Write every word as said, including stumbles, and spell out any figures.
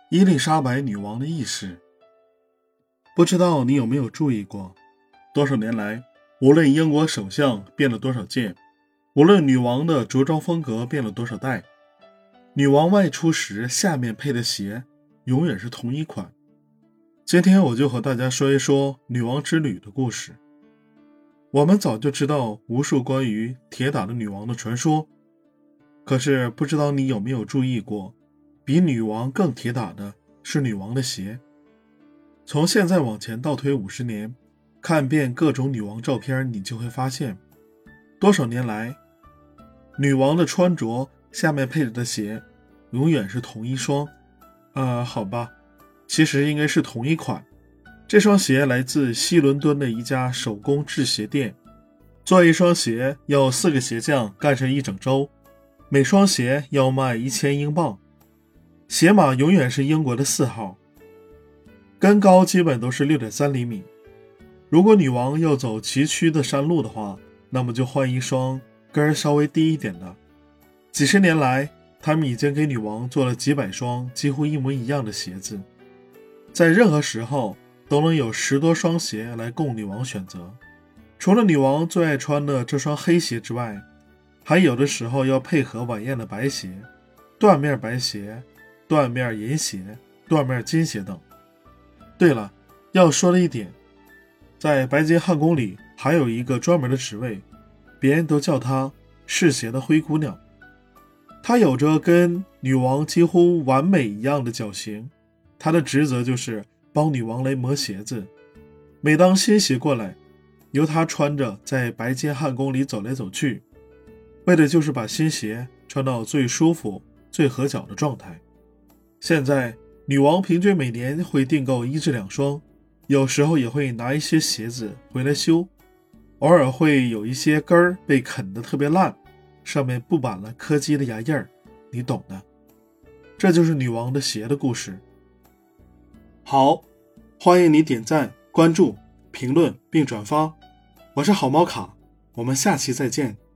伊丽莎白女王的轶事。不知道你有没有注意过，多少年来，无论英国首相变了多少届，无论女王的着装风格变了多少代，女王外出时下面配的鞋永远是同一款。今天我就和大家说一说女王之旅的故事。我们早就知道无数关于铁打的女王的传说，可是不知道你有没有注意过，比女王更铁打的是女王的鞋。从现在往前倒推五十年，看遍各种女王照片，你就会发现，多少年来，女王的穿着下面配着的鞋永远是同一双。呃，好吧，其实应该是同一款。这双鞋来自西伦敦的一家手工制鞋店，做一双鞋要四个鞋匠干上一整周，每双鞋要卖一千英镑。鞋码永远是英国的四号，跟高基本都是 六点三厘米。如果女王要走崎岖的山路的话，那么就换一双跟稍微低一点的。几十年来，他们已经给女王做了几百双几乎一模一样的鞋子，在任何时候都能有十多双鞋来供女王选择。除了女王最爱穿的这双黑鞋之外，还有的时候要配合晚宴的白鞋、缎面白鞋、缎面银鞋、缎面金鞋等。对了，要说的一点，在白金汉宫里还有一个专门的职位，别人都叫她试鞋的灰姑娘。她有着跟女王几乎完美一样的脚型，她的职责就是帮女王来磨鞋子。每当新鞋过来，由她穿着在白金汉宫里走来走去，为的就是把新鞋穿到最舒服最合脚的状态。现在女王平均每年会订购一至两双，有时候也会拿一些鞋子回来修，偶尔会有一些跟儿被啃得特别烂，上面布满了柯基的牙印儿，你懂的。这就是女王的鞋的故事。好，欢迎你点赞、关注、评论并转发。我是好猫卡，我们下期再见。